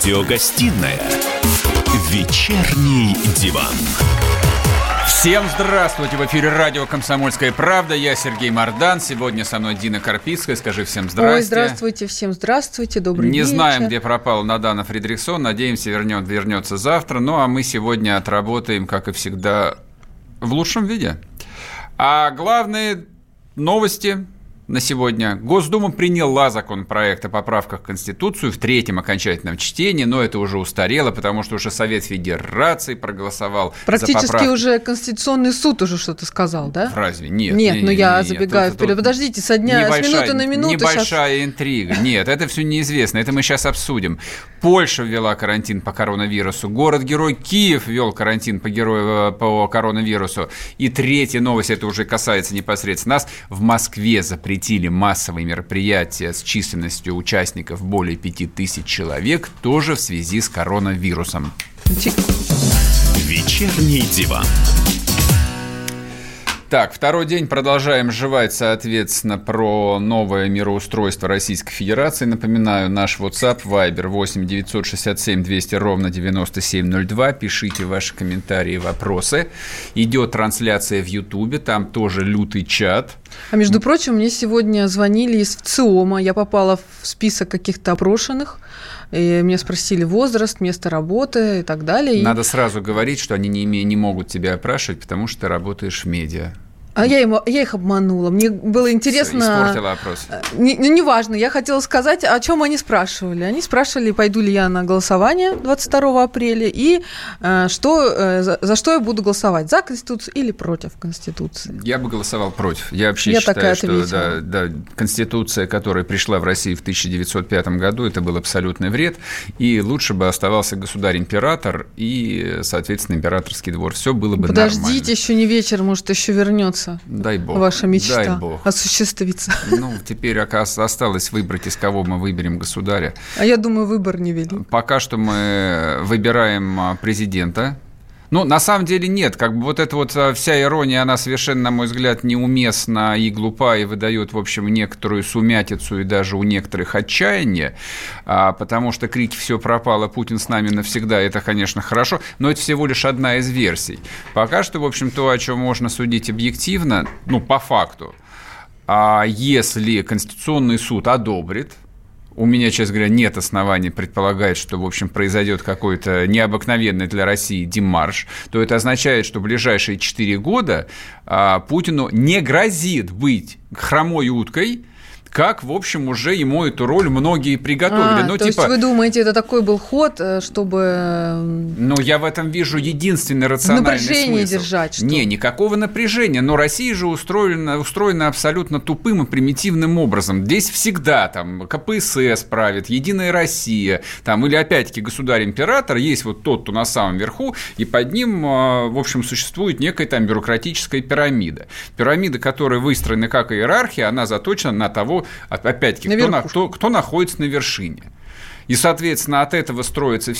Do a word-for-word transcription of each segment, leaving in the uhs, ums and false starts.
Радиогостинная «Вечерний диван». Всем здравствуйте! В эфире радио «Комсомольская правда». Я Сергей Мордан. Сегодня со мной Дина Карпицкая. Скажи всем здрасте. Ой, здравствуйте, всем здравствуйте, добрый Не вечер. Не знаем, где пропала Надана Фридрихсон. Надеемся, вернет, вернется завтра. Ну, а мы сегодня отработаем, как и всегда, в лучшем виде. А главные новости на сегодня. Госдума приняла законопроект о поправках в Конституцию в третьем окончательном чтении, но это уже устарело, потому что уже Совет Федерации проголосовал Практически за поправки. Уже Конституционный суд уже что-то сказал, да? Разве? Нет. Нет, не, ну не, я не, забегаю тут, вперед. тут Подождите, со дня, с минуты на минуту. Небольшая сейчас... интрига. Нет, это все неизвестно. Это мы сейчас обсудим. Польша ввела карантин по коронавирусу. Город-герой Киев ввел карантин по, герою, по коронавирусу. И третья новость, это уже касается непосредственно нас. В Москве запретили массовые мероприятия с численностью участников более пяти тысяч человек, тоже в связи с коронавирусом. Вечерний диван. Так, второй день продолжаем жевать, соответственно, про новое мироустройство Российской Федерации. Напоминаю, наш WhatsApp, Viber восемь девятьсот шестьдесят семь двести ровно девяносто семь ноль два. Пишите ваши комментарии и вопросы. Идет трансляция в Ютубе, там тоже лютый чат. А между прочим, мне сегодня звонили из ВЦИОМа. Я попала в список каких-то опрошенных. И меня спросили возраст, место работы и так далее. Надо сразу говорить, что они не, име... не могут тебя опрашивать, потому что ты работаешь в медиа. А я, им, я их обманула. Мне было интересно... Всё, испортила опрос. Не, ну, неважно. Я хотела сказать, о чем они спрашивали. Они спрашивали, пойду ли я на голосование двадцать второго апреля и э, что, э, за, за что я буду голосовать. За Конституцию или против Конституции. Я бы голосовал против. Я вообще я считаю, что да, да, Конституция, которая пришла в Россию в тысяча девятьсот пятом году, это был абсолютный вред. И лучше бы оставался государь-император и, соответственно, императорский двор. Все было бы Подождите, нормально. Подождите, еще не вечер, может, еще вернется. Дай бог. Ваша мечта Дай бог. осуществится. Ну, теперь осталось выбрать, из кого мы выберем государя. А я думаю, выбор не велик. Пока что мы выбираем президента. Ну, на самом деле нет, как бы вот эта вот вся ирония, она совершенно, на мой взгляд, неуместна и глупа, и выдает, в общем, некоторую сумятицу и даже у некоторых отчаяние, потому что крики «все пропало, Путин с нами навсегда» – это, конечно, хорошо, но это всего лишь одна из версий. Пока что, в общем, то, о чем можно судить объективно, ну, по факту, если Конституционный суд одобрит, у меня, честно говоря, нет оснований предполагать, что, в общем, произойдет какой-то необыкновенный для России демарш, то это означает, что в ближайшие четыре года а, Путину не грозит быть хромой уткой, как, в общем, уже ему эту роль многие приготовили. А, ну, то типа, есть вы думаете, это такой был ход, чтобы... Ну, я в этом вижу единственный рациональный напряжение смысл. держать, что? Не, никакого напряжения. Но Россия же устроена, устроена абсолютно тупым и примитивным образом. Здесь всегда там ка пэ эс эс правит, Единая Россия, там, или опять-таки государь-император, есть вот тот, кто на самом верху, и под ним, в общем, существует некая там бюрократическая пирамида. Пирамида, которая выстроена как иерархия, она заточена на того, опять-таки, кто, на, кто, кто находится на вершине. И, соответственно, от этого строятся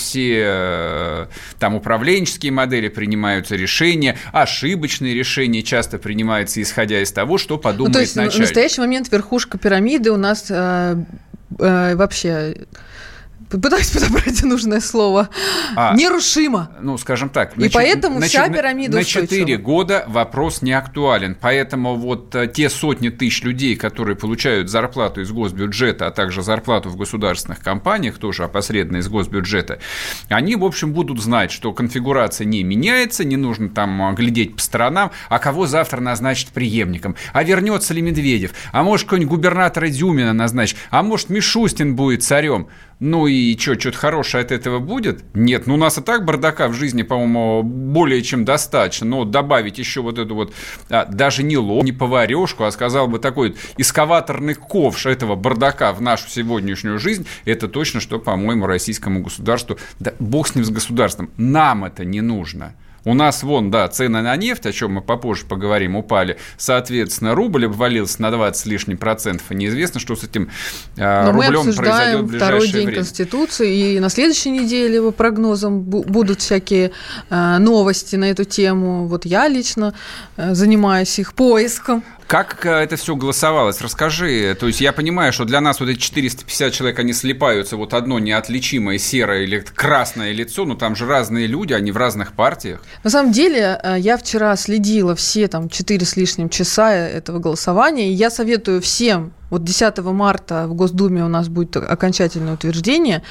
все там управленческие модели, принимаются решения, ошибочные решения часто принимаются, исходя из того, что подумает ну, то есть начальник. В настоящий момент верхушка пирамиды у нас э, э, вообще... Пытаюсь подобрать нужное слово. А, нерушимо. Ну, скажем так. И на, поэтому на, вся пирамида на четыре года вопрос не актуален. Поэтому вот те сотни тысяч людей, которые получают зарплату из госбюджета, а также зарплату в государственных компаниях, тоже опосредованно из госбюджета, они, в общем, будут знать, что конфигурация не меняется, не нужно там глядеть по сторонам, а кого завтра назначат преемником, а вернется ли Медведев, а может, какой-нибудь губернатора Дюмина назначит, а может, Мишустин будет царем. Ну и что, что-то хорошее от этого будет? Нет, ну у нас и так бардака в жизни, по-моему, более чем достаточно. Но добавить еще вот эту вот, а, даже не лоб, не поварешку, а сказал бы такой эскаваторный ковш этого бардака в нашу сегодняшнюю жизнь, это точно, что, по-моему, российскому государству, да бог с ним с государством, нам это не нужно. У нас, вон, да, цены на нефть, о чем мы попозже поговорим, упали. Соответственно, рубль обвалился на двадцать с лишним процентов. И неизвестно, что с этим э, рублем произойдет в ближайшее второй день время. Конституции. И на следующей неделе, по прогнозам, будут всякие э, новости на эту тему. Вот я лично э, занимаюсь их поиском. Как это все голосовалось? Расскажи. То есть я понимаю, что для нас вот эти четыреста пятьдесят человек, они слипаются, вот одно неотличимое серое или красное лицо, но там же разные люди, они в разных партиях. На самом деле, я вчера следила все там четыре с лишним часа этого голосования, и я советую всем. Вот десятого марта в Госдуме у нас будет окончательное утверждение.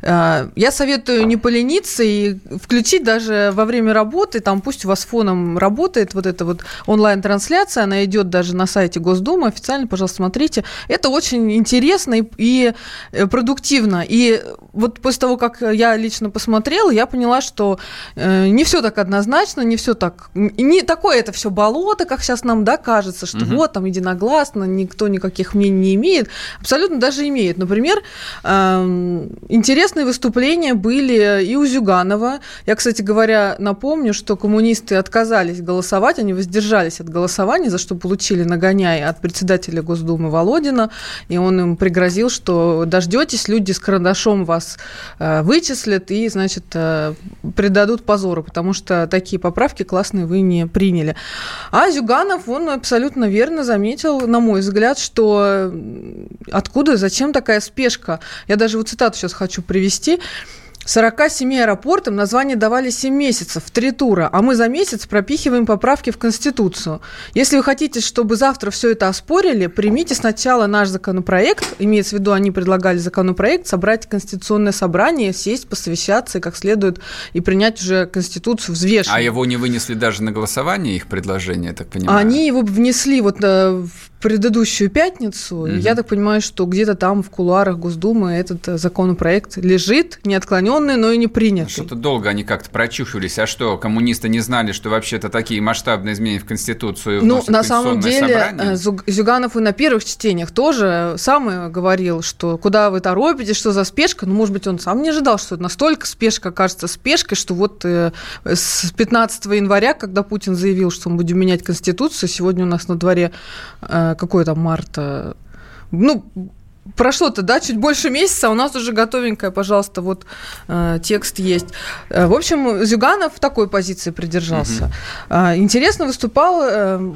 Я советую не полениться и включить даже во время работы, там пусть у вас фоном работает вот эта вот онлайн-трансляция, она идет даже на сайте Госдумы, официально, пожалуйста, смотрите. Это очень интересно и, и продуктивно. И вот после того, как я лично посмотрела, я поняла, что не все так однозначно, не все так... Не такое это все болото, как сейчас нам, да, кажется, что угу. вот там единогласно, никто никаких мнений не имеет, абсолютно даже имеет. Например, интересные выступления были и у Зюганова. Я, кстати говоря, напомню, что коммунисты отказались голосовать, они воздержались от голосования, за что получили нагоняй от председателя Госдумы Володина, и он им пригрозил, что дождетесь, люди с карандашом вас вычислят и, значит, предадут позору, потому что такие поправки классные вы не приняли. А Зюганов, он абсолютно верно заметил, на мой взгляд, что откуда, зачем такая спешка? Я даже вот цитату сейчас хочу привести. сорока семи аэропортам название давали семь месяцев, в три тура, а мы за месяц пропихиваем поправки в Конституцию. Если вы хотите, чтобы завтра все это оспорили, примите сначала наш законопроект, имеется в виду, они предлагали законопроект, собрать Конституционное собрание, сесть, посовещаться и как следует, и принять уже Конституцию взвешенно. А его не вынесли даже на голосование, их предложение, я так понимаю? Они его внесли вот в предыдущую пятницу. Mm-hmm. Я так понимаю, что где-то там в кулуарах Госдумы этот законопроект лежит, не отклоненный, но и не принятый. Что-то долго они как-то прочухивались. А что, коммунисты не знали, что вообще-то такие масштабные изменения в Конституцию вносят ну, на самом деле, собрание? Зюганов и на первых чтениях тоже сам говорил, что куда вы торопитесь, что за спешка. Ну, может быть, он сам не ожидал, что настолько спешка окажется спешкой, что вот э, с пятнадцатого января, когда Путин заявил, что мы будем менять Конституцию, сегодня у нас на дворе э, какой там марта, ну, прошло-то, да, чуть больше месяца, а у нас уже готовенькая, пожалуйста, вот э, текст есть. Э, в общем, Зюганов в такой позиции придержался. Угу. Э, интересно выступал э,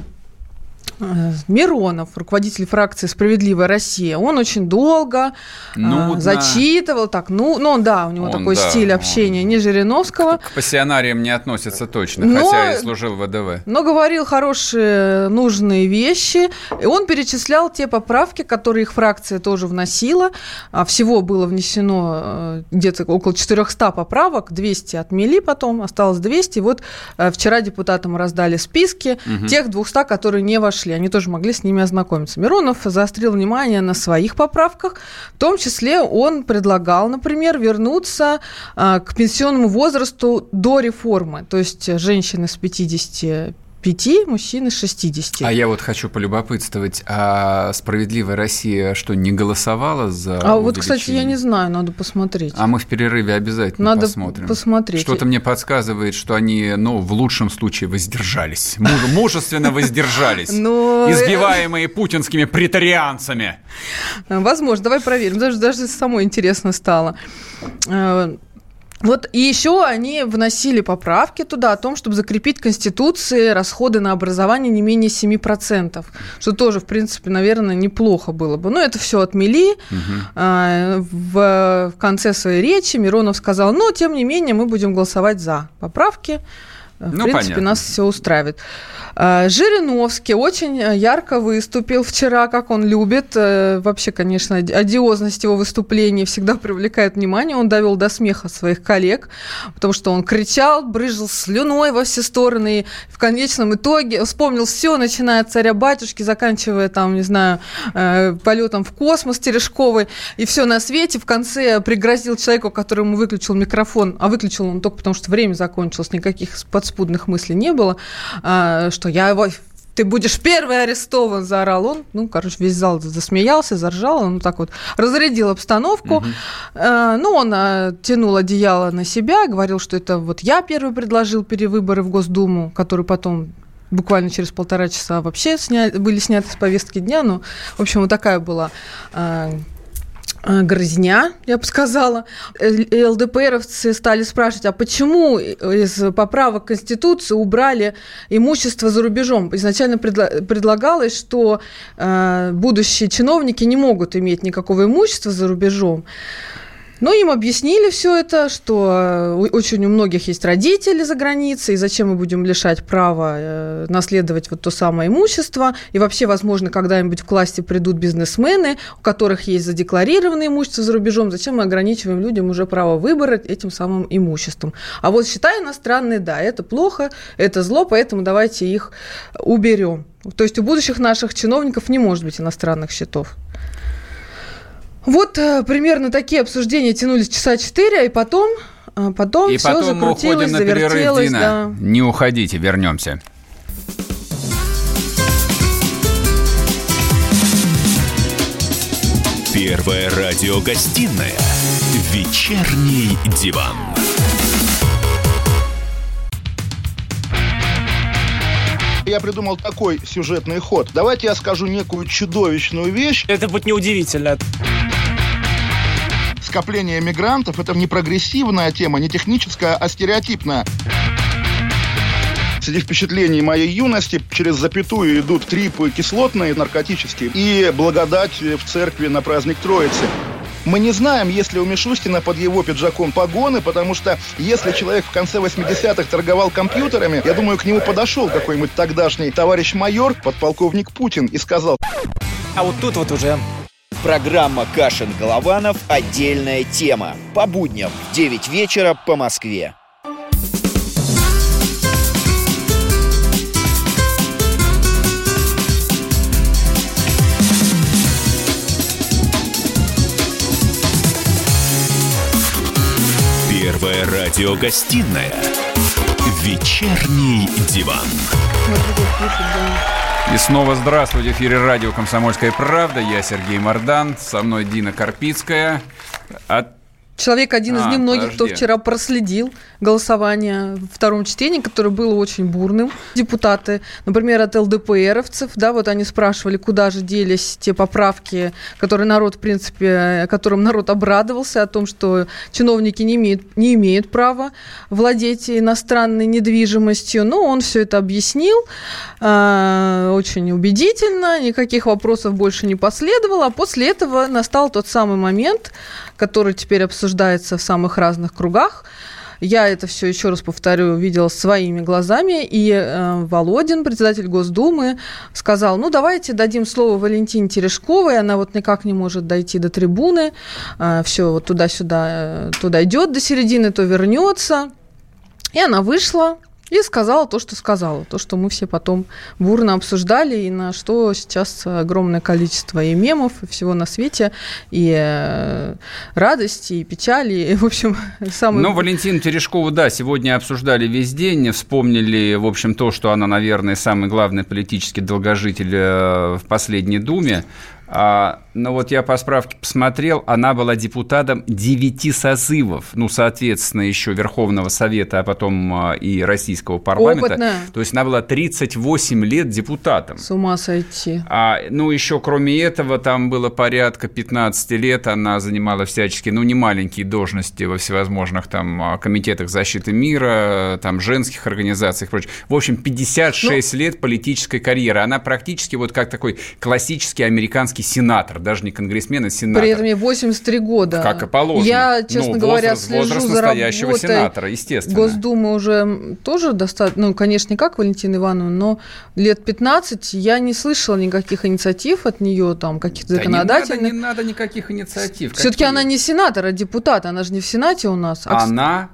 Миронов, руководитель фракции «Справедливая Россия». Он очень долго ну, э, зачитывал. Так, ну, ну, да, у него он, такой да, стиль общения он... не Жириновского. К пассионариям не относится точно, но, хотя и служил в ВДВ. Но говорил хорошие, нужные вещи. И он перечислял те поправки, которые их фракция тоже вносила. Всего было внесено где-то около четыреста поправок, двести отмели потом, осталось двести. И вот вчера депутатам раздали списки угу. тех двухсот, которые не вошли. Они тоже могли с ними ознакомиться. Миронов заострил внимание на своих поправках. В том числе он предлагал, например, вернуться а, к пенсионному возрасту до реформы. То есть женщины с пятидесяти пяти, мужчины с шестидесяти. А я вот хочу полюбопытствовать, а «Справедливая Россия» что, не голосовала за А увеличение? вот, кстати, я не знаю, надо посмотреть. А мы в перерыве обязательно надо посмотрим. посмотреть. Что-то мне подсказывает, что они, ну, в лучшем случае воздержались. Мужественно воздержались. Избиваемые путинскими претарианцами. Возможно, давай проверим. Даже, даже самой интересно стало. Вот и еще они вносили поправки туда о том, чтобы закрепить в Конституции расходы на образование не менее семь процентов, что тоже, в принципе, наверное, неплохо было бы. Но это все отмели. Угу. В, в конце своей речи Миронов сказал, но, тем не менее, мы будем голосовать за поправки. В ну, принципе, понятно. Нас все устраивает. Жириновский очень ярко выступил вчера, как он любит. Вообще, конечно, одиозность его выступления всегда привлекает внимание. Он довел до смеха своих коллег, потому что он кричал, брызжил слюной во все стороны. И в конечном итоге вспомнил все, начиная от царя-батюшки, заканчивая, там, не знаю, полетом в космос Терешковой. И все на свете. В конце пригрозил человеку, которому выключил микрофон, а выключил он только потому, что время закончилось, никаких подспудных мыслей не было, что я его... Ты будешь первый арестован, заорал он. Ну, короче, весь зал засмеялся, заржал. Он так вот разрядил обстановку. Угу. Э, ну, он э, тянул одеяло на себя, говорил, что это вот я первый предложил перевыборы в Госдуму, которые потом буквально через полтора часа вообще сняли, были сняты с повестки дня. Ну, в общем, вот такая была... Э, грызня, я бы сказала. ЛДПРовцы стали спрашивать, а почему из поправок Конституции убрали имущество за рубежом? Изначально предла- предлагалось, что э, будущие чиновники не могут иметь никакого имущества за рубежом. Но им объяснили все это, что очень у многих есть родители за границей, и зачем мы будем лишать права наследовать вот то самое имущество. И вообще, возможно, когда-нибудь к власти придут бизнесмены, у которых есть задекларированное имущество за рубежом, зачем мы ограничиваем людям уже право выбора этим самым имуществом. А вот счета иностранные, да, это плохо, это зло, поэтому давайте их уберем. То есть у будущих наших чиновников не может быть иностранных счетов. Вот э, примерно такие обсуждения тянулись часа четыре, и потом, э, потом и все потом закрутилось, мы уходим на перерыв, Дина. Да. Не уходите, вернемся. Первая радиогостинная «Вечерний диван». Я придумал такой сюжетный ход. Давайте я скажу некую чудовищную вещь. Это будет неудивительно. Скопление мигрантов – это не прогрессивная тема, не техническая, а стереотипная. Среди впечатлений моей юности через запятую идут трипы кислотные, наркотические, и благодать в церкви на праздник Троицы. Мы не знаем, есть ли у Мишустина под его пиджаком погоны, потому что если человек в конце восьмидесятых торговал компьютерами, я думаю, к нему подошел какой-нибудь тогдашний товарищ майор, подполковник Путин, и сказал: а вот тут вот уже... Программа «Кашин-Голованов. Отдельная тема». По будням в девять вечера по Москве. Первая радиогостинная «Вечерний диван». И снова здравствуйте. В эфире радио «Комсомольская правда». Я Сергей Мордан. Со мной Дина Карпицкая. От... Человек один из а, немногих, подожди. кто вчера проследил голосование в втором чтении, которое было очень бурным. Депутаты, например, от ЛДПРовцев, да, вот они спрашивали, куда же делись те поправки, которые народ, в принципе, которым народ обрадовался, о том, что чиновники не имеют, не имеют права владеть иностранной недвижимостью. Но он все это объяснил э, очень убедительно, никаких вопросов больше не последовало. А после этого настал тот самый момент, который теперь обсуждается в самых разных кругах. Я это все, еще раз повторю, видела своими глазами. И э, Володин, председатель Госдумы, сказал: ну, давайте дадим слово Валентине Терешковой. Она вот никак не может дойти до трибуны. Э, все вот туда-сюда, то дойдет до середины, то вернется. И она вышла и сказала то, что сказала. То, что мы все потом бурно обсуждали, и на что сейчас огромное количество и мемов, и всего на свете, и э, радости, и печали, и, в общем, самое... Ну, Валентину Терешкову, да, сегодня обсуждали весь день, вспомнили, в общем, то, что она, наверное, самый главный политический долгожитель в последней Думе. А, ну вот я по справке посмотрел, она была депутатом девяти созывов, ну, соответственно, еще Верховного Совета, а потом а, и Российского парламента. Опытная. То есть она была тридцать восемь лет депутатом. С ума сойти. А, ну, еще кроме этого, там было порядка пятнадцать лет, она занимала всяческие, ну, немаленькие должности во всевозможных там комитетах защиты мира, там, женских организациях и прочее. В общем, пятьдесят шесть ну... лет политической карьеры. Она практически вот как такой классический американский сенатор, даже не конгрессмен, а сенатор. При этом ей восемьдесят три года. Как и положено. Я, честно ну, говоря, возраст, слежу возраст за настоящего работой сенатора, естественно. Госдумы уже тоже достаточно, ну, конечно, не как Валентина Ивановна, но лет пятнадцать я не слышала никаких инициатив от нее, там, каких-то да законодательных. Не надо, не надо никаких инициатив. Все-таки какие? Она не сенатор, а депутат, она же не в Сенате у нас. А она...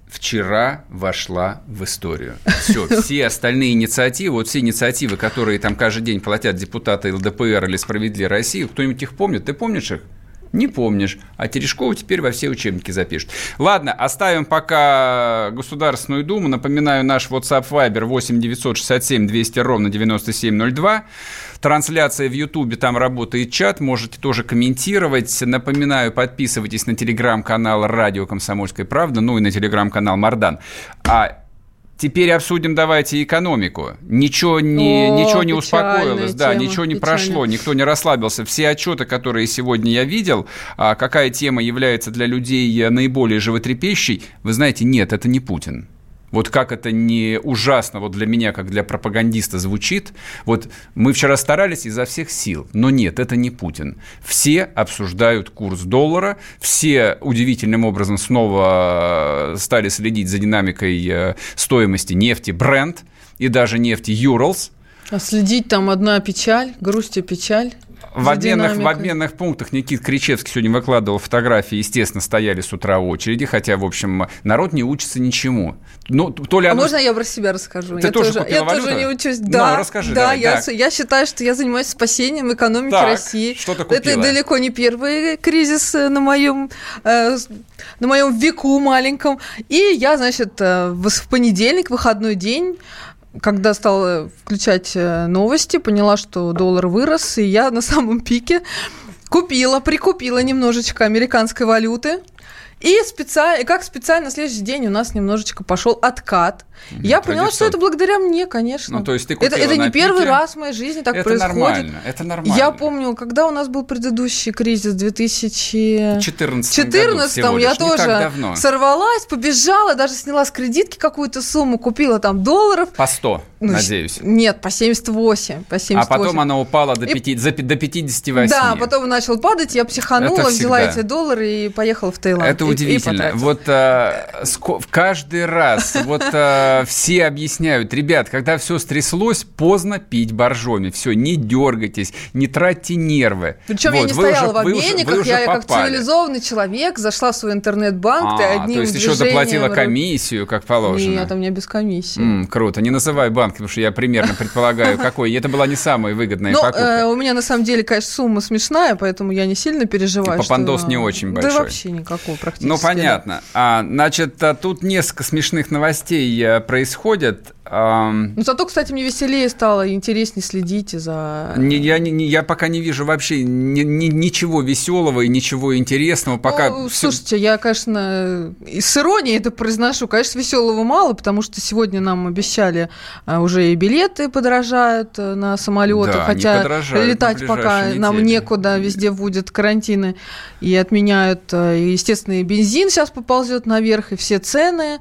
вчера вошла в историю. Все, все остальные инициативы, вот все инициативы, которые там каждый день платят депутаты ЛДПР или «Справедливой России», кто-нибудь их помнит? Ты помнишь их? Не помнишь. А Терешкову теперь во все учебники запишут. Ладно, оставим пока Государственную Думу. Напоминаю, наш WhatsApp Viber восемь девятьсот шестьдесят семь двести ровно девяносто семь ноль два. Трансляция в Ютубе, там работает чат, можете тоже комментировать. Напоминаю, подписывайтесь на телеграм-канал «Радио Комсомольская правда», ну и на телеграм-канал «Мордан». А Теперь обсудим давайте экономику. Ничего не, О, ничего не успокоилось, да, тема, ничего не печальная. прошло, никто не расслабился. Все отчеты, которые сегодня я видел, какая тема является для людей наиболее животрепещущей, вы знаете, нет, это не Путин. Вот как это не ужасно вот для меня, как для пропагандиста звучит. Вот мы вчера старались изо всех сил, но нет, это не Путин. Все обсуждают курс доллара, все удивительным образом снова стали следить за динамикой стоимости нефти Brent и даже нефти Urals. А следить там одна печаль, грусть и печаль. В обменных, в обменных пунктах Никита Кричевский сегодня выкладывал фотографии, естественно, стояли с утра очереди, хотя, в общем, народ не учится ничему. Ну, то ли оно... А можно я про себя расскажу? Ты я тоже, тоже, я тоже не учусь. Ну, да, расскажи, да, давай, я, да. я считаю, что я занимаюсь спасением экономики так, России. Что ты купила? Это далеко не первый кризис на моем, э, на моем веку маленьком. И я, значит, в понедельник, выходной день, когда стала включать новости, поняла, что доллар вырос, и я на самом пике купила, прикупила немножечко американской валюты. И специально, как специально на следующий день у нас немножечко пошел откат. Mm-hmm. Я поняла, что это благодаря мне, конечно. Ну, то есть ты купила это, это не на первый пике. раз в моей жизни так это происходит. Нормально, это нормально. Я помню, когда у нас был предыдущий кризис в две тысячи четырнадцатом, я тоже сорвалась, побежала, даже сняла с кредитки какую-то сумму, купила там долларов. По сто, ну, надеюсь. Нет, по семьдесят восемь. По семьдесят восемь. А потом она упала до, пяти, и... до пятьдесят восемь. Да, потом начал падать, я психанула, взяла эти доллары и поехала в Таиланд. Это и, удивительно. И вот а, ско- каждый раз вот а, все объясняют, ребят, когда все стряслось, поздно пить боржоми. Все, не дергайтесь, не тратьте нервы. Причем вот, я не стояла уже, в обменниках, вы уже, вы я уже как цивилизованный человек зашла в свой интернет-банк, а, ты одним то есть движением... еще заплатила комиссию, как положено. Нет, у меня без комиссии. М, круто. Не называй банк, потому что я примерно предполагаю, какой. И это была не самая выгодная Но, покупка. Э, у меня на самом деле, конечно, сумма смешная, поэтому я не сильно переживаю. Попандос что... не очень большой. Да вообще никакого практически. Ну, понятно. А, значит, тут несколько смешных новостей происходит. Ну, зато, кстати, мне веселее стало и интереснее следить за... Не, я, не, я пока не вижу вообще ни, ни, ничего веселого и ничего интересного. Пока ну, все... Слушайте, я, конечно, и с иронией это произношу. Конечно, веселого мало, потому что сегодня нам обещали уже и билеты подорожают на самолеты, да, хотя летать пока недели. нам некуда, везде будет карантины и отменяют. И, естественно, и бензин сейчас поползет наверх, и все цены,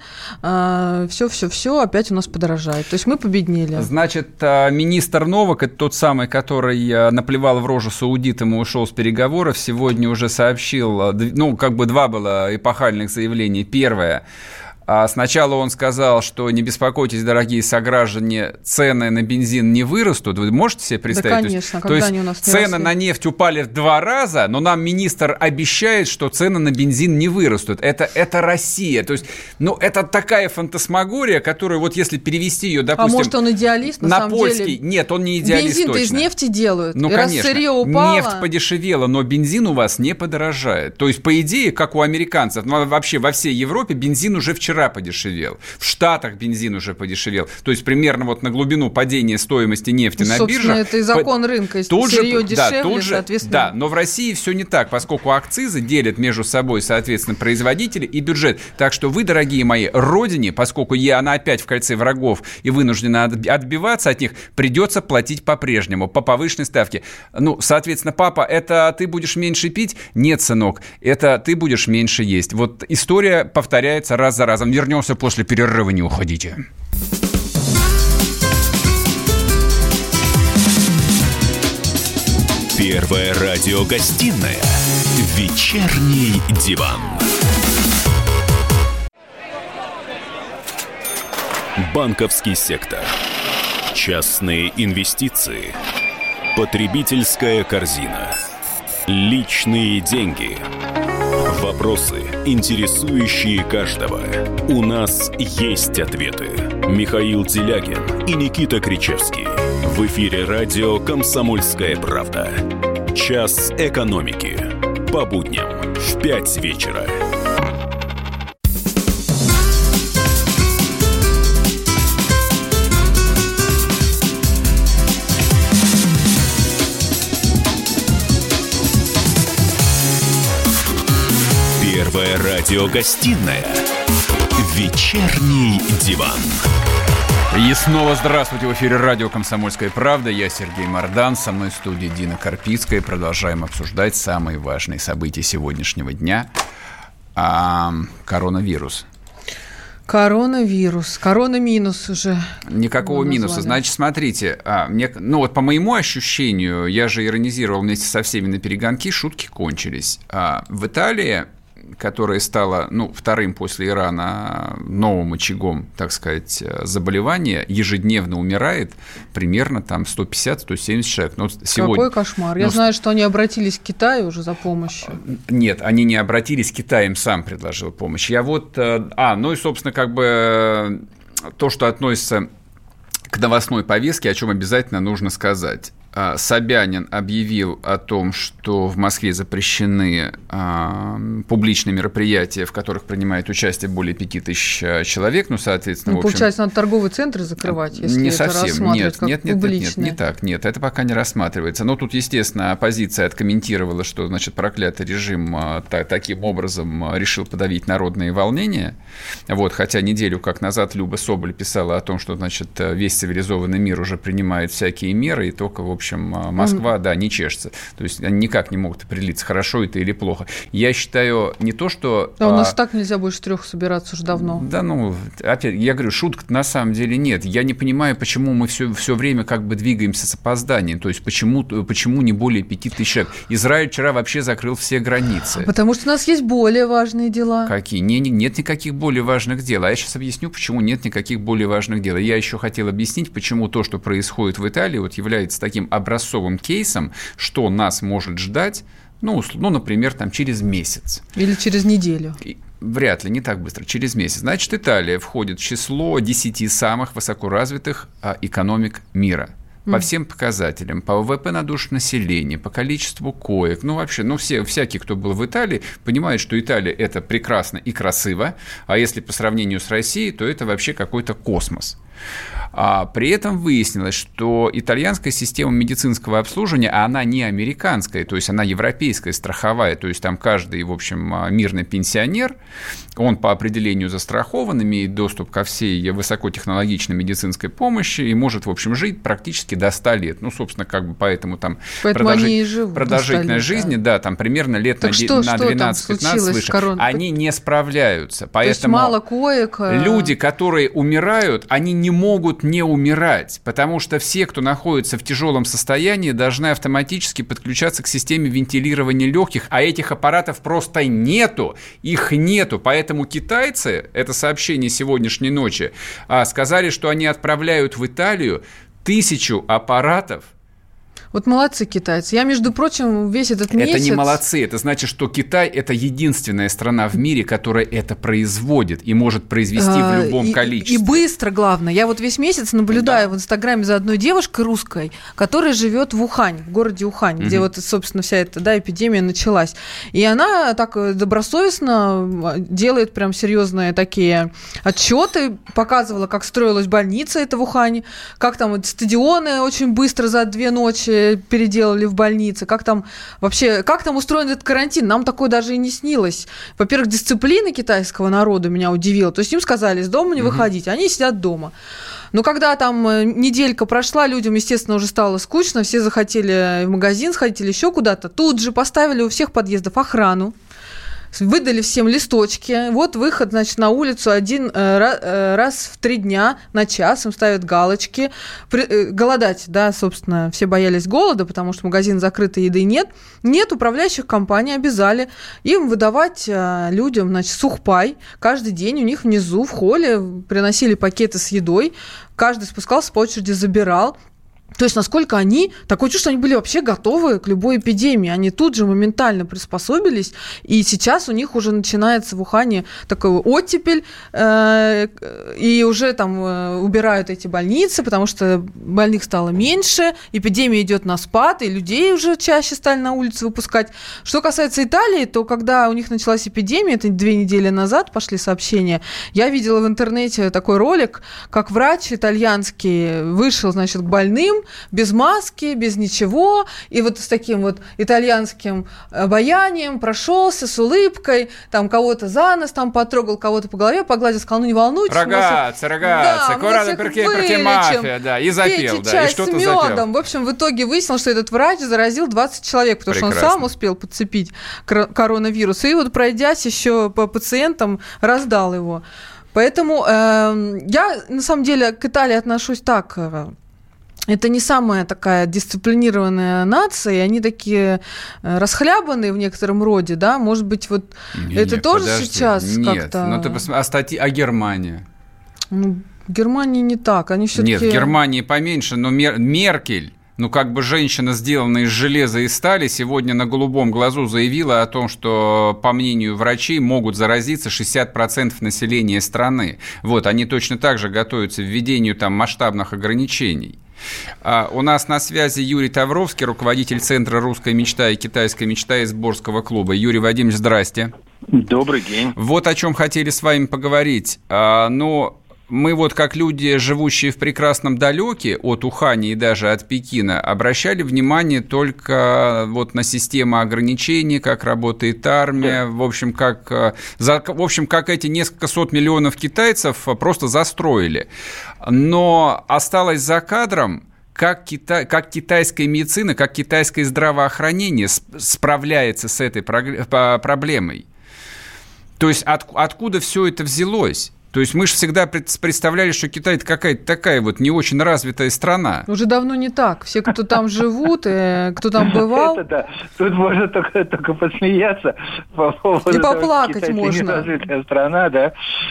все-все-все опять у нас подорожает. То есть мы победнели. Значит, министр Новак, это тот самый, который наплевал в рожу саудитам и ушел с переговоров, сегодня уже сообщил, ну, как бы два было эпохальных заявления. Первое. Сначала он сказал, что не беспокойтесь, дорогие сограждане, цены на бензин не вырастут. Вы можете себе представить? Да, конечно, то есть, когда они у нас не цены росли. на нефть упали в два раза, но нам министр обещает, что цены на бензин не вырастут. Это, это Россия. То есть, ну, это такая фантасмагория, которую вот если перевести ее, допустим... А может, он идеалист на, на самом польский... деле? Нет, он не идеалист Бензин-то точно. из нефти делают. Ну, и конечно. Раз сырье упало... Нефть подешевела, но бензин у вас не подорожает. То есть, по идее, как у американцев, ну, вообще во всей Европе бензин уже вчера подешевел. В Штатах бензин уже подешевел. То есть, примерно вот на глубину падения стоимости нефти ну, на биржах... это и закон по... рынка. Если тут сырье же, дешевле, да, тут же, соответственно... Да, но в России все не так, поскольку акцизы делят между собой, соответственно, производители и бюджет. Так что вы, дорогие мои, родине, поскольку я, она опять в кольце врагов и вынуждена отбиваться от них, придется платить по-прежнему, по повышенной ставке. Ну, соответственно, папа, это ты будешь меньше пить? Нет, сынок, это ты будешь меньше есть. Вот история повторяется раз за разом. Вернемся после перерыва, не уходите. Первая радиогостинная «Вечерний диван». Банковский сектор. Частные инвестиции. Потребительская корзина. Личные деньги. Вопросы, интересующие каждого. У нас есть ответы. Михаил Делягин и Никита Кричевский. В эфире радио «Комсомольская правда». Час экономики. По будням в пять вечера. Первая радиогостинная Вечерний диван. И снова здравствуйте. В эфире радио «Комсомольская правда». Я Сергей Мордан. Со мной в студии Дина Карпицкая. Продолжаем обсуждать самые важные события сегодняшнего дня. А, коронавирус. Коронавирус. Корона-минус уже. Никакого минуса. Значит, смотрите, а, мне, ну вот по моему ощущению, я же иронизировал вместе со всеми на перегонки, шутки кончились. А, в Италии, которая стала, ну, вторым после Ирана новым очагом, так сказать, заболевания, ежедневно умирает примерно там сто пятьдесят - сто семьдесят человек. Ну, сегодня, какой кошмар. Я ну, знаю, что они обратились к Китаю уже за помощью. Нет, они не обратились, Китай им сам предложил помощь. Я вот... А, ну и, собственно, как бы то, что относится к новостной повестке, о чем обязательно нужно сказать. Собянин объявил о том, что в Москве запрещены а, публичные мероприятия, в которых принимает участие более пяти тысяч человек. Ну, соответственно, ну, в общем, получается, надо торговые центры закрывать, если не это совсем. рассматривать Нет, как нет, нет, публичное. Нет, нет, не так. Нет, это пока не рассматривается. Но тут, естественно, оппозиция откомментировала, что, значит, проклятый режим а, та, таким образом решил подавить народные волнения. Вот, хотя неделю как назад Люба Соболь писала о том, что, значит, весь цивилизованный мир уже принимает всякие меры, и только, в общем, Москва, mm. да, не чешется. То есть они никак не могут определиться, хорошо это или плохо. Я считаю не то, что... А у нас а... так нельзя больше трех собираться уже давно. Да, ну, опять, я говорю, шуток на самом деле нет. Я не понимаю, почему мы все, все время как бы двигаемся с опозданием. То есть почему, почему не более пяти тысяч человек? Израиль вчера вообще закрыл все границы. Потому что у нас есть более важные дела. Какие? Не, не, нет никаких более важных дел. А я сейчас объясню, почему нет никаких более важных дел. Я еще хотел объяснить, почему то, что происходит в Италии, вот является таким образцовым кейсом, что нас может ждать, ну, ну, например, там, через месяц. Или через неделю. И, вряд ли, не так быстро, через месяц. Значит, Италия входит в число десяти самых высокоразвитых а, экономик мира. По всем показателям, по ВВП на душу населения, по количеству коек, ну, вообще, ну, все, всякий, кто был в Италии, понимает, что Италия – это прекрасно и красиво, а если по сравнению с Россией, то это вообще какой-то космос. А при этом выяснилось, что итальянская система медицинского обслуживания, а она не американская, то есть она европейская, страховая, то есть там каждый, в общем, мирный пенсионер, он по определению застрахован, имеет доступ ко всей высокотехнологичной медицинской помощи и может, в общем, жить практически до ста лет. Ну, собственно, как бы поэтому там продолжить, продолжительность жизни, да. да, там примерно лет так на, что, на двенадцать-пятнадцать свыше, корон... они не справляются. Поэтому то есть мало коек. Люди, которые умирают, они не могут не умирать, потому что все, кто находится в тяжелом состоянии, должны автоматически подключаться к системе вентилирования легких, а этих аппаратов просто нету, их нету. Поэтому китайцы, это сообщение сегодняшней ночи, сказали, что они отправляют в Италию тысячу аппаратов. Вот молодцы китайцы. Я, между прочим, весь этот месяц... Это не молодцы. Это значит, что Китай – это единственная страна в мире, которая это производит и может произвести а, в любом и, количестве. И быстро, главное. Я вот весь месяц наблюдаю да. в Инстаграме за одной девушкой русской, которая живет в Ухане, в городе Ухань, угу. где вот, собственно, вся эта да, эпидемия началась. И она так добросовестно делает прям серьезные такие отчеты, показывала, как строилась больница эта в Ухане, как там стадионы очень быстро за две ночи переделали в больнице, как там вообще, как там устроен этот карантин, нам такое даже и не снилось. Во-первых, дисциплина китайского народа меня удивила, то есть им сказали, из дома не выходить, они сидят дома. Но когда там неделька прошла, людям, естественно, уже стало скучно, все захотели в магазин сходить или еще куда-то, тут же поставили у всех подъездов охрану, выдали всем листочки. Вот выход, значит, на улицу один э, раз в три дня на час. Им ставят галочки. При, э, голодать, да, собственно, все боялись голода, потому что магазин закрыт, еды нет. Нет, управляющих компаний обязали им выдавать э, людям, значит, сухпай. Каждый день у них внизу в холле приносили пакеты с едой. Каждый спускался по очереди, забирал. То есть, насколько они, такое чувство, что они были вообще готовы к любой эпидемии. Они тут же моментально приспособились, и сейчас у них уже начинается в Ухане такой оттепель, э, и уже там э, убирают эти больницы, потому что больных стало меньше, эпидемия идет на спад, и людей уже чаще стали на улицу выпускать. Что касается Италии, то когда у них началась эпидемия, это две недели назад пошли сообщения, я видела в интернете такой ролик, как врач итальянский вышел, значит, к больным, без маски, без ничего, и вот с таким вот итальянским обаянием прошелся, с улыбкой, там кого-то за нос там потрогал, кого-то по голове погладил, сказал, ну не волнуйтесь. Рогатцы, рогатцы, курада перке, перке мафия, да, и запел, да, и что-то запел. В общем, в итоге выяснилось, что этот врач заразил двадцать человек, потому Прекрасно. что он сам успел подцепить коронавирус, и вот пройдясь еще по пациентам, раздал его. Поэтому э, я, на самом деле, к Италии отношусь так. Это не самая такая дисциплинированная нация, и они такие расхлябанные в некотором роде, да? Может быть, вот не, это не, тоже подожди. сейчас Нет, как-то... ну ты посмотри, а, статьи... а Германия? Ну, в Германии не так, они все-таки... Нет, в Германии поменьше, но Мер... Меркель... Ну, как бы женщина, сделанная из железа и стали, сегодня на голубом глазу заявила о том, что, по мнению врачей, могут заразиться шестьдесят процентов населения страны. Вот, они точно так же готовятся к введению там масштабных ограничений. А у нас на связи Юрий Тавровский, руководитель Центра «Русская мечта» и «Китайская мечта» из Борского клуба. Юрий Вадимович, здрасте. Добрый день. Вот о чем хотели с вами поговорить. А, ну... Мы вот как люди, живущие в прекрасном далеке от Ухани и даже от Пекина, обращали внимание только вот на систему ограничений, как работает армия, в общем, как, в общем, как эти несколько сот миллионов китайцев просто застроили. Но осталось за кадром, как, кита... как китайская медицина, как китайское здравоохранение справляется с этой проблемой. То есть от... откуда все это взялось? То есть мы же всегда представляли, что Китай – это какая-то такая вот не очень развитая страна. Уже давно не так. Все, кто там живут, кто там бывал… Это да. Тут можно только, только посмеяться по поводу и поплакать того, можно. Китай – неразвитая страна, да.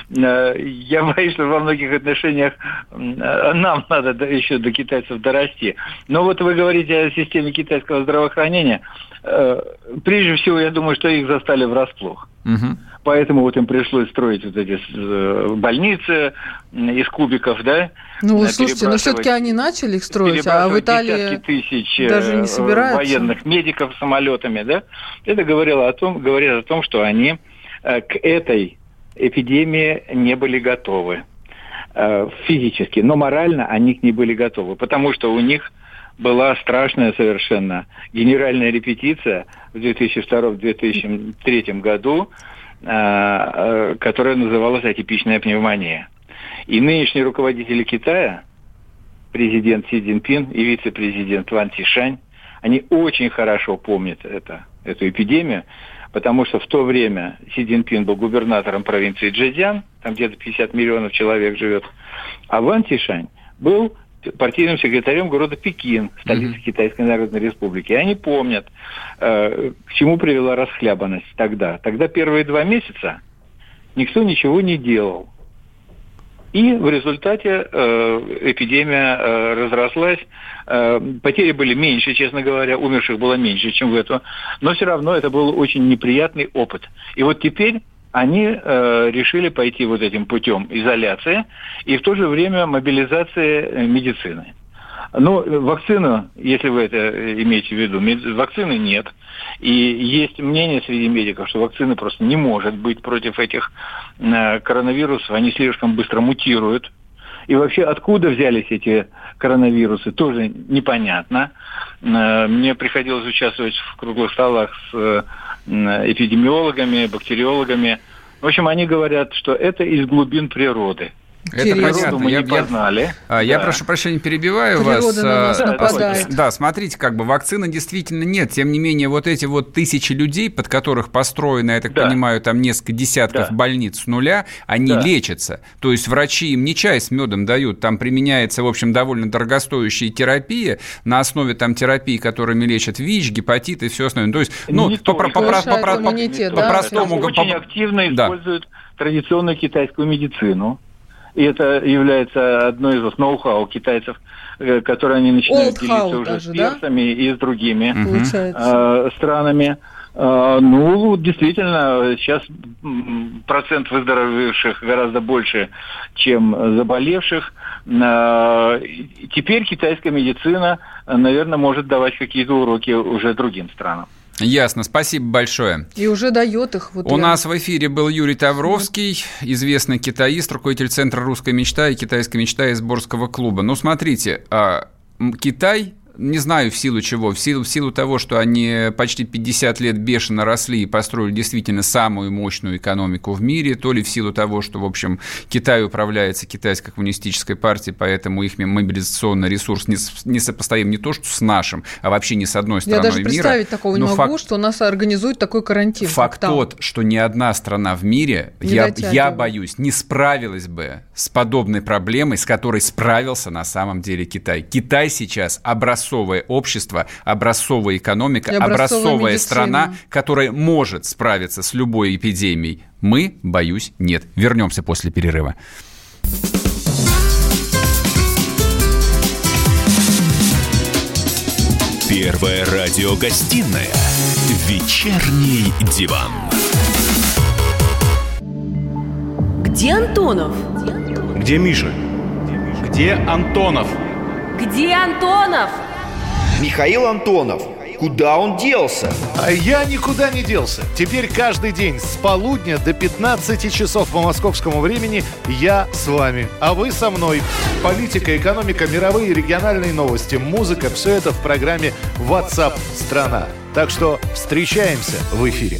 Я боюсь, что во многих отношениях нам надо еще до китайцев дорасти. Но вот вы говорите о системе китайского здравоохранения. Прежде всего, я думаю, что их застали врасплох. Угу. Поэтому вот им пришлось строить вот эти больницы из кубиков, да? Ну, слушайте, но все-таки они начали их строить, а в Италии тысяч даже не собираются. Военных медиков самолетами, да? Это говорило о том, говорит о том, что они к этой эпидемии не были готовы физически, но морально они к ней были готовы, потому что у них была страшная совершенно генеральная репетиция в две тысячи втором - две тысячи третьем году, которая называлась атипичная пневмония. И нынешние руководители Китая, президент Си Цзиньпин и вице-президент Ван Цзишань, они очень хорошо помнят это, эту эпидемию, потому что в то время Си Цзиньпин был губернатором провинции Чжэцзян, там где-то пятьдесят миллионов человек живет, а Ван Цзишань был партийным секретарем города Пекин, столицы mm-hmm. Китайской Народной Республики. И они помнят, э, к чему привела расхлябанность тогда. Тогда первые два месяца никто ничего не делал. И в результате э, эпидемия э, разрослась. Э, потери были меньше, честно говоря, умерших было меньше, чем в эту. Но все равно это был очень неприятный опыт. И вот теперь они э, решили пойти вот этим путем изоляции и в то же время мобилизации медицины. Но вакцину, если вы это имеете в виду, вакцины нет. И есть мнение среди медиков, что вакцины просто не может быть против этих э, коронавирусов, они слишком быстро мутируют. И вообще, откуда взялись эти коронавирусы, тоже непонятно. Э, мне приходилось участвовать в круглых столах с эпидемиологами, бактериологами. В общем, они говорят, что это из глубин природы. Это понятно. Мы я, не познали. Я, я да. прошу прощения, перебиваю Природа вас. На нас да, нападает. Да, смотрите, как бы вакцины действительно нет. Тем не менее, вот эти вот тысячи людей, под которых построено, я так да. понимаю, там несколько десятков да. больниц с нуля, они да. лечатся. То есть врачи им не чай с медом дают. Там применяется, в общем, довольно дорогостоящая терапия на основе там терапии, которыми лечат ВИЧ, гепатит и все остальное. То есть, ну, не по, по, по, по, по, иммунитет, по, да? по-простому... Очень по... активно да. используют традиционную китайскую медицину. И это является одной из ноу-хау китайцев, которые они начинают Old делиться уже даже, с персами да? и с другими э, странами. Э, ну, действительно, сейчас процент выздоровевших гораздо больше, чем заболевших. Э, теперь китайская медицина, наверное, может давать какие-то уроки уже другим странам. Ясно, спасибо большое. И уже дает их. Вот У я... нас в эфире был Юрий Тавровский, известный китаист, руководитель Центра «Русская мечта» и «Китайская мечта» из Борского клуба. Ну, смотрите, Китай... Не знаю, в силу чего. В силу, в силу того, что они почти пятьдесят лет бешено росли и построили действительно самую мощную экономику в мире, то ли в силу того, что, в общем, Китай управляется китайской коммунистической партией, поэтому их мобилизационный ресурс не, не сопоставим не то, что с нашим, а вообще ни с одной страной мира. Я даже представить мира. такого не могу, факт, что у нас организуют такой карантин. Факт тот, что ни одна страна в мире, я, я боюсь, не справилась бы с подобной проблемой, с которой справился на самом деле Китай. Китай сейчас образцовый образцовое общество, образцовая экономика, образцовая, образцовая страна, которая может справиться с любой эпидемией. Мы, боюсь, нет. Вернемся после перерыва. Первая радиогостинная «Вечерний диван». Где Антонов? Где Миша? Где Антонов? Где Антонов? Михаил Антонов. Куда он делся? А я никуда не делся. Теперь каждый день с полудня до пятнадцати часов по московскому времени я с вами, а вы со мной. Политика, экономика, мировые и региональные новости, музыка – все это в программе WhatsApp страна. Так что встречаемся в эфире.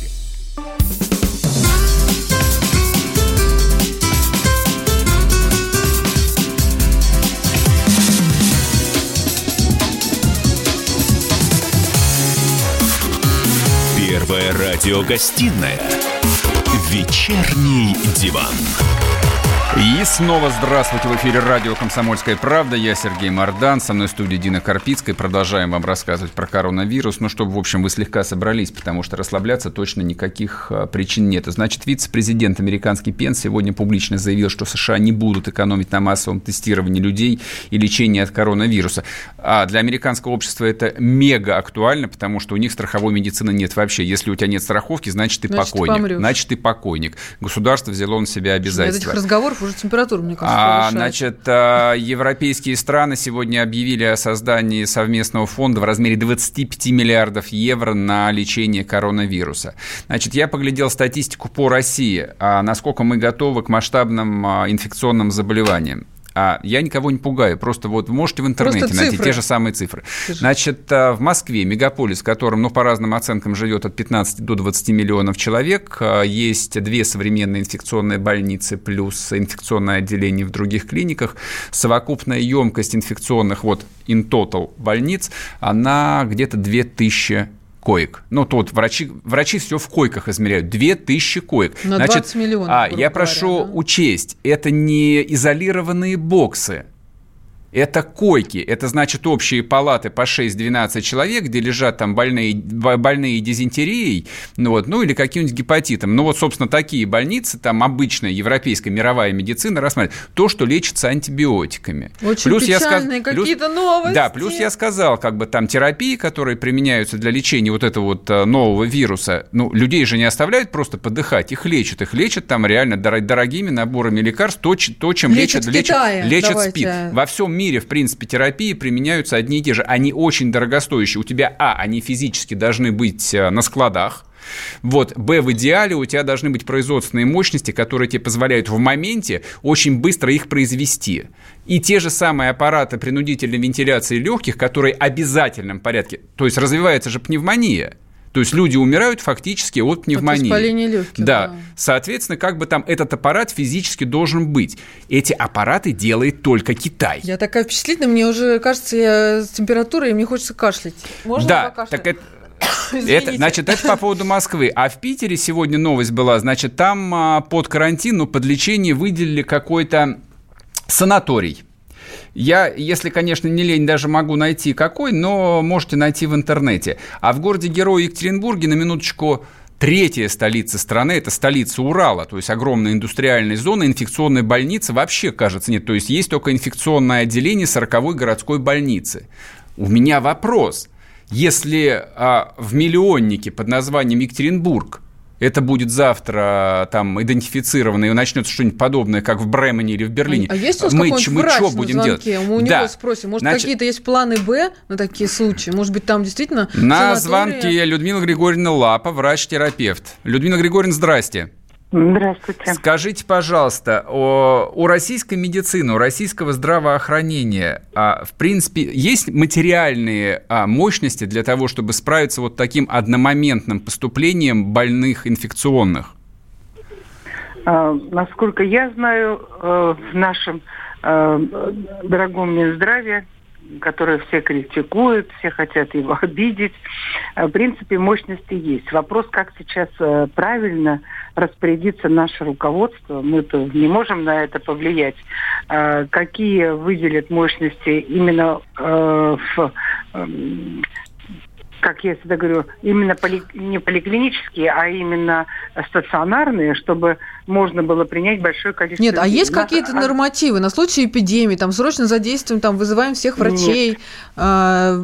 Первая радиогостинная «Вечерний диван». И снова здравствуйте, в эфире радио «Комсомольская правда». Я Сергей Мордан, со мной в студии Дина Карпицкая. Продолжаем вам рассказывать про коронавирус. Ну, чтобы, в общем, вы слегка собрались, потому что расслабляться точно никаких а, причин нет. Значит, вице-президент американский Пенс сегодня публично заявил, что США не будут экономить на массовом тестировании людей и лечении от коронавируса. А для американского общества это мега актуально, потому что у них страховой медицины нет вообще. Если у тебя нет страховки, значит, ты значит, покойник. Ты значит, ты покойник. Государство взяло на себя обязательства. От этих разговоров уже температура, мне кажется, а, значит, европейские страны сегодня объявили о создании совместного фонда в размере двадцать пять миллиардов евро на лечение коронавируса. Значит, я поглядел статистику по России, а насколько мы готовы к масштабным инфекционным заболеваниям. А я никого не пугаю, просто вот вы можете в интернете найти те же самые цифры. Значит, в Москве, мегаполис, в котором, ну, по разным оценкам, живет от пятнадцати до двадцати миллионов человек, есть две современные инфекционные больницы плюс инфекционное отделение в других клиниках. Совокупная емкость инфекционных, вот, in total больниц, она где-то две тысячи коек. Ну, тут врачи, врачи все в койках измеряют. Две тысячи коек. На двадцать миллионов. А, я прошу говоря, да? учесть, это не изолированные боксы. Это койки, это значит общие палаты по шесть-двенадцать человек, где лежат там больные, больные дизентерией, ну, вот, ну или каким-нибудь гепатитом. Ну вот, собственно, такие больницы, там обычная европейская мировая медицина рассматривает то, что лечится антибиотиками. Очень плюс печальные я сказ... какие-то плюс... новости. Да, плюс я сказал, как бы там терапии, которые применяются для лечения вот этого вот нового вируса, ну, людей же не оставляют просто подыхать, их лечат, их лечат там реально дорогими наборами лекарств, то, то чем лечат, лечат, лечат, лечат СПИД. Во всем мире В мире, в принципе, терапии применяются одни и те же. Они очень дорогостоящие. У тебя, а, они физически должны быть на складах. Вот, б, в идеале у тебя должны быть производственные мощности, которые тебе позволяют в моменте очень быстро их произвести. И те же самые аппараты принудительной вентиляции легких, которые в обязательном порядке, то есть развивается же пневмония. То есть люди умирают фактически от пневмонии. От воспаления легких. Да. да. Соответственно, как бы там этот аппарат физически должен быть. Эти аппараты делает только Китай. Я такая впечатлительная, мне уже кажется, я с температурой, и мне хочется кашлять. Можно да, так это... Это, значит, это по поводу Москвы. А в Питере сегодня новость была, значит, там а, под карантин, ну, под лечение выделили какой-то санаторий. Я, если, конечно, не лень, даже могу найти какой, но можете найти в интернете. А в городе-герое Екатеринбурге, на минуточку, третья столица страны, это столица Урала, то есть огромная индустриальная зона, инфекционной больницы вообще, кажется, нет. То есть есть только инфекционное отделение сороковой городской больницы. У меня вопрос. Если а, в миллионнике под названием Екатеринбург это будет завтра там идентифицировано и начнется что-нибудь подобное, как в Бремене или в Берлине. А есть у нас мы, какой-нибудь мы врач что на будем звонке? делать? Мы у него да. спросим. Может, Значит, какие-то есть планы «Б» на такие случаи? Может быть, там действительно на санатория... звонке Людмила Григорьевна Лапа, врач-терапевт. Людмила Григорьевна, здрасте. Здравствуйте. Скажите, пожалуйста, о, у российской медицины, у российского здравоохранения, а, в принципе, есть материальные а, мощности для того, чтобы справиться вот таким одномоментным поступлением больных инфекционных? А, насколько я знаю, в нашем а, дорогом Минздраве, который все критикуют, все хотят его обидеть, в принципе, мощности есть. Вопрос, как сейчас правильно распорядиться наше руководство, мы-то не можем на это повлиять, какие выделят мощности именно в... как я всегда говорю, именно поли, не поликлинические, а именно стационарные, чтобы можно было принять большое количество Нет, людей. а есть Нас... какие-то нормативы на случай эпидемии, там срочно задействуем, там вызываем всех врачей? А...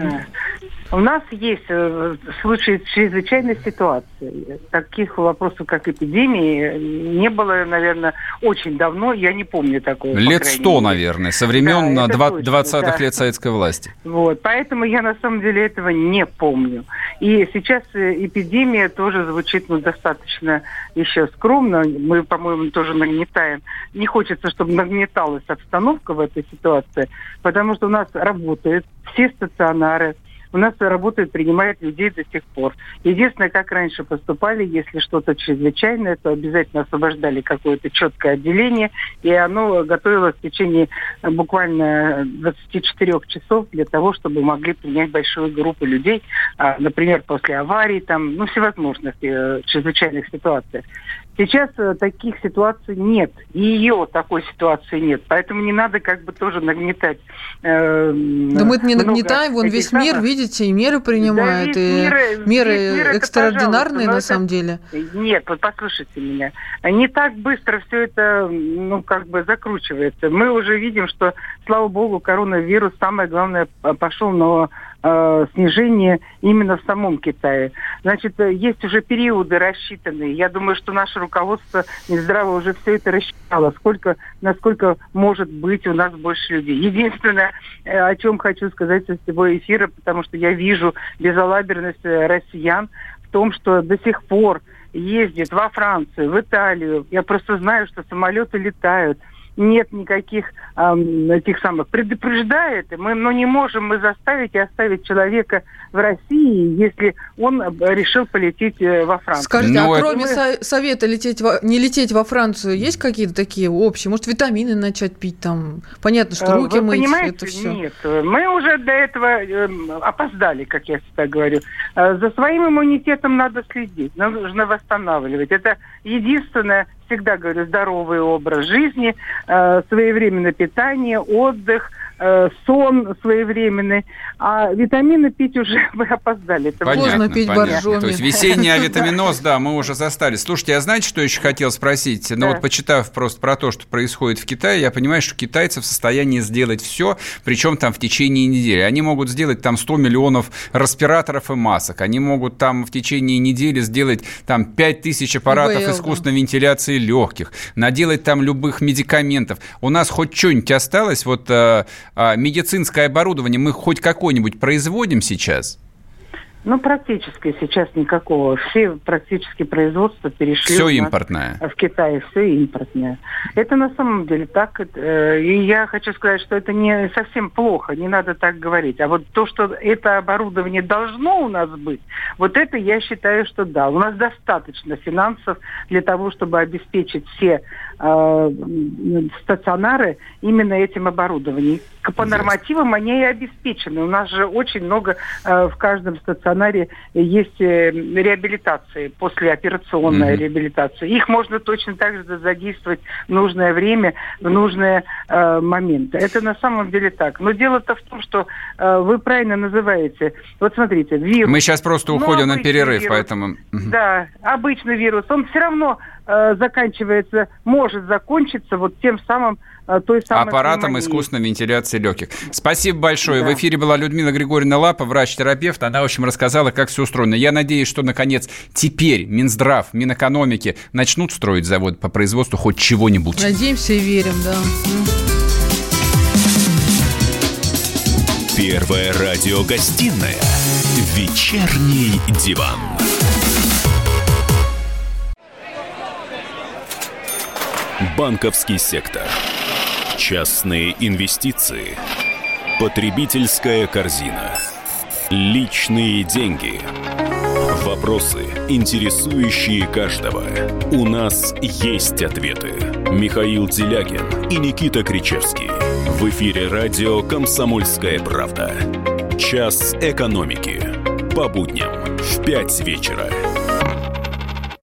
У нас есть э, случаи чрезвычайной ситуации. Таких вопросов, как эпидемии, не было, наверное, очень давно. Я не помню такого. Лет сто, наверное, со времен да, двадцатых да. лет советской власти. Вот, поэтому я на самом деле этого не помню. И сейчас эпидемия тоже звучит ну, достаточно еще скромно. Мы, по-моему, тоже нагнетаем. Не хочется, чтобы нагнеталась обстановка в этой ситуации, потому что у нас работают все стационары. У нас работают, принимают людей до сих пор. Единственное, как раньше поступали, если что-то чрезвычайное, то обязательно освобождали какое-то четкое отделение, и оно готовилось в течение буквально двадцати четырёх часов для того, чтобы могли принять большую группу людей, например, после аварий, там, ну, всевозможных э, чрезвычайных ситуаций. Сейчас э, таких ситуаций нет, и ее такой ситуации нет, поэтому не надо как бы тоже нагнетать. Э, да мы не нагнетаем, вон весь самых... мир, видите, и меры принимают, да, и мир, меры мир экстраординарные на самом это... деле. Нет, вот послушайте меня, не так быстро все это, ну, как бы закручивается. Мы уже видим, что, слава богу, коронавирус, самое главное, пошел на снижение именно в самом Китае. Значит, есть уже периоды рассчитанные. Я думаю, что наше руководство Минздрава уже все это рассчитало, сколько, насколько может быть у нас больше людей. Единственное, о чем хочу сказать со всего эфира, потому что я вижу безалаберность россиян в том, что до сих пор ездит во Францию, в Италию. Я просто знаю, что самолеты летают. Нет никаких эм, этих самых предупреждает, мы, но не можем мы заставить и оставить человека в России, если он решил полететь во Францию. Скажите, но а кроме мы... со- совета лететь во... не лететь во Францию, есть какие-то такие общие? Может, витамины начать пить там? Понятно, что руки Вы мыть, понимаете? это все. Нет, мы уже до этого э, опоздали, как я всегда говорю. Э, за своим иммунитетом надо следить, нужно восстанавливать. Это единственное, всегда говорю, здоровый образ жизни, э, своевременное питание, отдых, э, сон своевременный. А витамины пить уже мы опоздали. Это понятно, поздно пить понятно. боржоми. То есть весенний авитаминоз, да, мы уже застали. Слушайте, а знаете, что еще хотел спросить? Ну да. Вот почитав просто про то, что происходит в Китае, я понимаю, что китайцы в состоянии сделать все, причем там в течение недели. Они могут сделать там сто миллионов респираторов и масок. Они могут там в течение недели сделать там пять тысяч аппаратов ИВЛ, искусственной да. вентиляции легких, наделать там любых медикаментов. У нас хоть что-нибудь осталось? Вот а, а, медицинское оборудование мы хоть какое-нибудь производим сейчас? Ну, практически сейчас никакого. Все практически производства перешли все импортное. В Китае все импортное. Это на самом деле так. И я хочу сказать, что это не совсем плохо, не надо так говорить. А вот то, что это оборудование должно у нас быть, вот это я считаю, что да. У нас достаточно финансов для того, чтобы обеспечить все э, стационары именно этим оборудованием. По нормативам они и обеспечены. У нас же очень много э, в каждом стационаре есть э, реабилитации, послеоперационная mm-hmm. реабилитация. Их можно точно так же задействовать в нужное время, в нужные э, моменты. Это на самом деле так. Но дело-то в том, что э, вы правильно называете. Вот смотрите, вирус. Мы сейчас просто уходим ну, на перерыв, вирус, поэтому... Да, обычный вирус. Он все равно э, заканчивается, может закончиться вот тем самым той самой аппаратом пневмонии. Искусственной вентиляции легких. Спасибо большое. Да. В эфире была Людмила Григорьевна Лапа, врач-терапевт. Она, в общем, рассказала, как все устроено. Я надеюсь, что, наконец, теперь Минздрав, Минэкономики начнут строить завод по производству хоть чего-нибудь. Надеемся и верим, да. Первая радиогостинная «Вечерний диван». Банковский сектор. Частные инвестиции. Потребительская корзина. Личные деньги. Вопросы, интересующие каждого. У нас есть ответы. Михаил Делягин и Никита Кричевский. В эфире радио «Комсомольская правда». Час экономики. По будням в пять вечера.